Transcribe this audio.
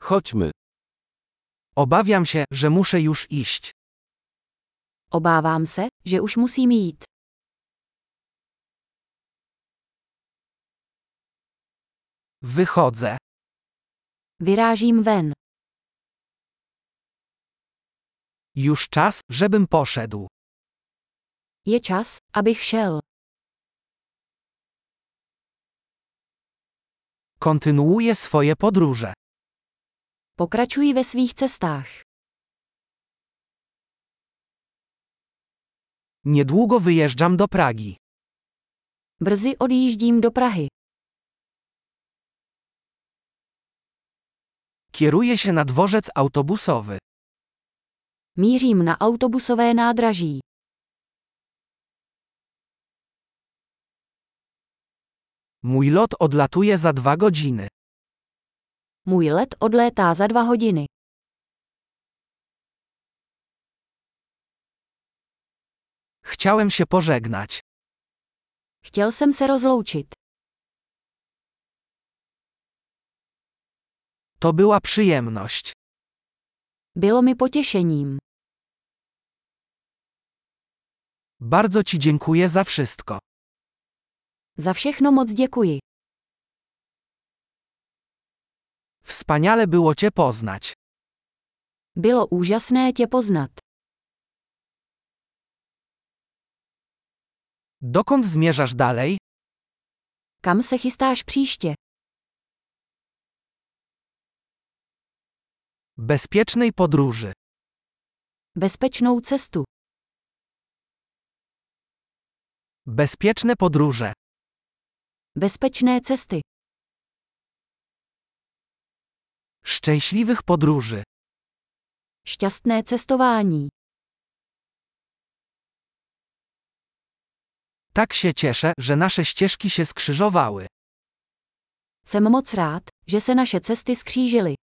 Chodźmy. Obawiam się, że muszę już iść. Obávám se, že už musím jít. Wychodzę. Vyrážím ven. Już czas, żebym poszedł. Je čas, abych šel. Kontynuuję swoje podróże. Pokračuji ve svých cestách. Niedługo wyjeżdżam do Pragi. Brzy odjíždím do Prahy. Kieruję się na dworzec autobusowy. Mířím na autobusové nádraží. Mój lot odlatuje za 2 godziny. Můj let odlétá za 2 hodiny. Chciałem się pożegnać. Chtěl jsem se rozloučit. To była przyjemność. Bylo mi potěšením. Bardzo Ci dziękuję za wszystko. Za všechno moc děkuji. Wspaniale było Cię poznać. Bylo úžasné tě poznat. Dokąd zmierzasz dalej? Kam se chystáš příště? Bezpiecznej podróży. Bezpečnou cestu. Bezpieczne podróże. Bezpečné cesty. Szczęśliwych podróży. Šťastné cestování. Tak się cieszę, że nasze ścieżki się skrzyżowały. Jsem moc rád, že se naše cesty skřížily.